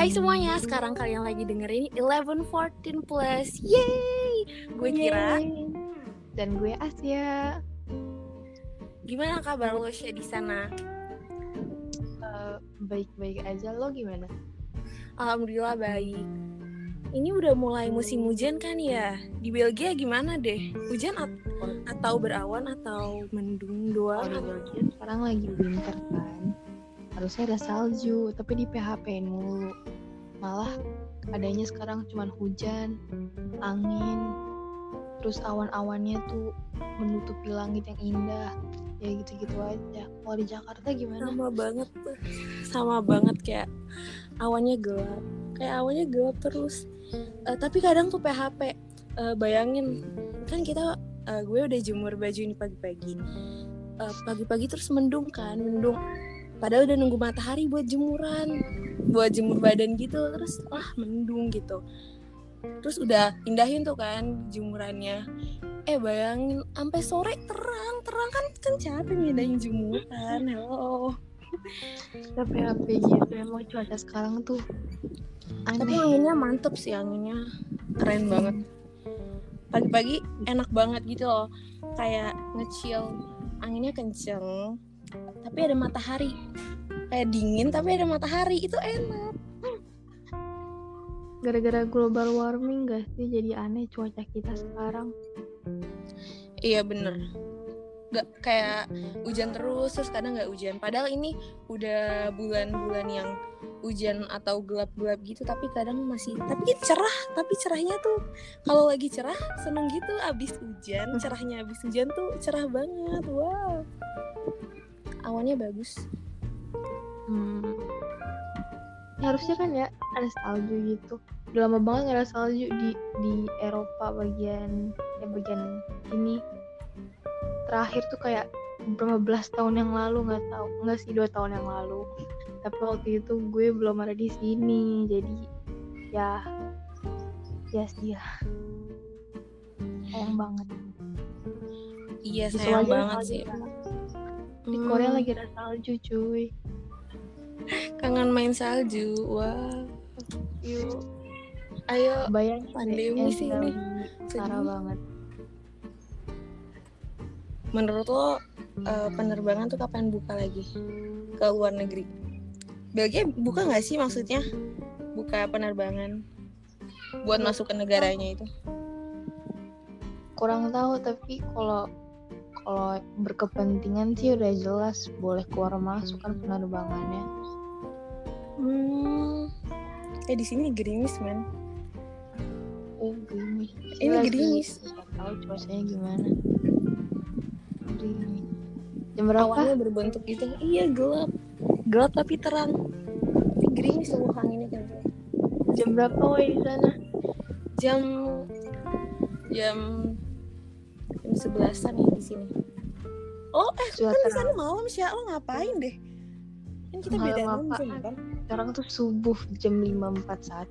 Hai semuanya, sekarang kalian lagi dengerin 1114 Plus. Yeay! Gue Kira. Dan gue Asia. Gimana kabar lo di sana? Baik-baik aja, lo gimana? Alhamdulillah baik. Ini udah mulai musim hujan kan ya? Di Belgia gimana deh? Hujan atau berawan atau mendung doang? Di Belgia sekarang lagi winter kan. Harusnya ada salju, tapi di PHP mulu. Malah adanya sekarang cuma hujan, angin, terus awan-awannya tuh menutupi langit yang indah. Ya gitu-gitu aja. Kalau di Jakarta gimana? Sama banget kayak awannya gelap terus. Tapi kadang tuh PHP. Bayangin kan gue udah jemur baju ini pagi-pagi. Pagi-pagi terus mendung. Padahal udah nunggu matahari buat jemuran, buat jemur badan gitu, terus mendung gitu. Terus udah indahin tuh kan jemurannya. Bayangin sampai sore terang kan capek ngindahin jemuran. Hello. Tapi PHP gitu emang cuaca sekarang tuh aneh. Tapi anginnya mantep sih, anginnya keren banget. Pagi-pagi enak banget gitu loh, kayak nge-chill. Anginnya kenceng, tapi ada matahari. Kayak dingin tapi ada matahari, itu enak. Gara-gara global warming gak sih jadi aneh cuaca kita sekarang? Iya bener. Gak kayak hujan terus kadang gak hujan. Padahal ini udah bulan-bulan yang hujan atau gelap-gelap gitu, tapi kadang masih cerah. Tapi cerahnya tuh kalau lagi cerah seneng gitu. Abis hujan, cerahnya abis hujan tuh cerah banget. Wow, awannya bagus. Harusnya kan ya ada salju gitu. Udah lama banget gak ada salju di Eropa bagian ini. Terakhir tuh kayak berapa belas tahun yang lalu, nggak sih 2 tahun yang lalu. Tapi waktu itu gue belum ada di sini, jadi ya sayang banget. Iya sayang banget sih. Di Korea lagi ada salju cuy. Kangen main salju. Wow. Yuk. Ayo. Bayangin pandemi sih ini. Parah banget. Menurut lo penerbangan tuh kapan buka lagi ke luar negeri? Belgia buka nggak sih, maksudnya buka penerbangan buat masuk ke negaranya itu? Kurang tahu, tapi kalau berkepentingan sih udah jelas boleh keluar masuk kan penerbangannya. Di sini gerimis men. Gerimis. Ini gerimis. Nggak tahu cuacanya gimana. Jam berapa? Awannya berbentuk gitu. Iya gelap tapi terang. Ini gerimis tuh anginnya kan. Jam berapa di sana? Jam 11-an ya di sini. Oh kan di sana malam sih. Lo ngapain deh? Kan kita beda 6 jam kan. Sekarang tuh subuh jam 5.41.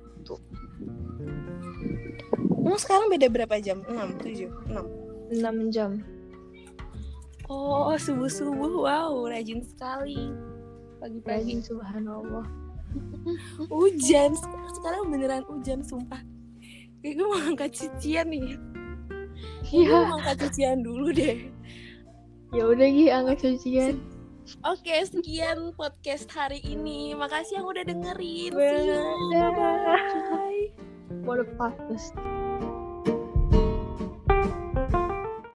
Emang sekarang beda berapa jam? 6 jam. Oh, subuh-subuh. Wow, rajin sekali. Pagi-pagi. Rajin, subhanallah. Hujan. Sekarang beneran hujan, sumpah. Kayak gue mau angkat cucian nih. Gue mau angkat cucian dulu deh. Ya udah Gi, angkat cucian. Oke, sekian podcast hari ini. Makasih yang udah dengerin. Bye. What a podcast.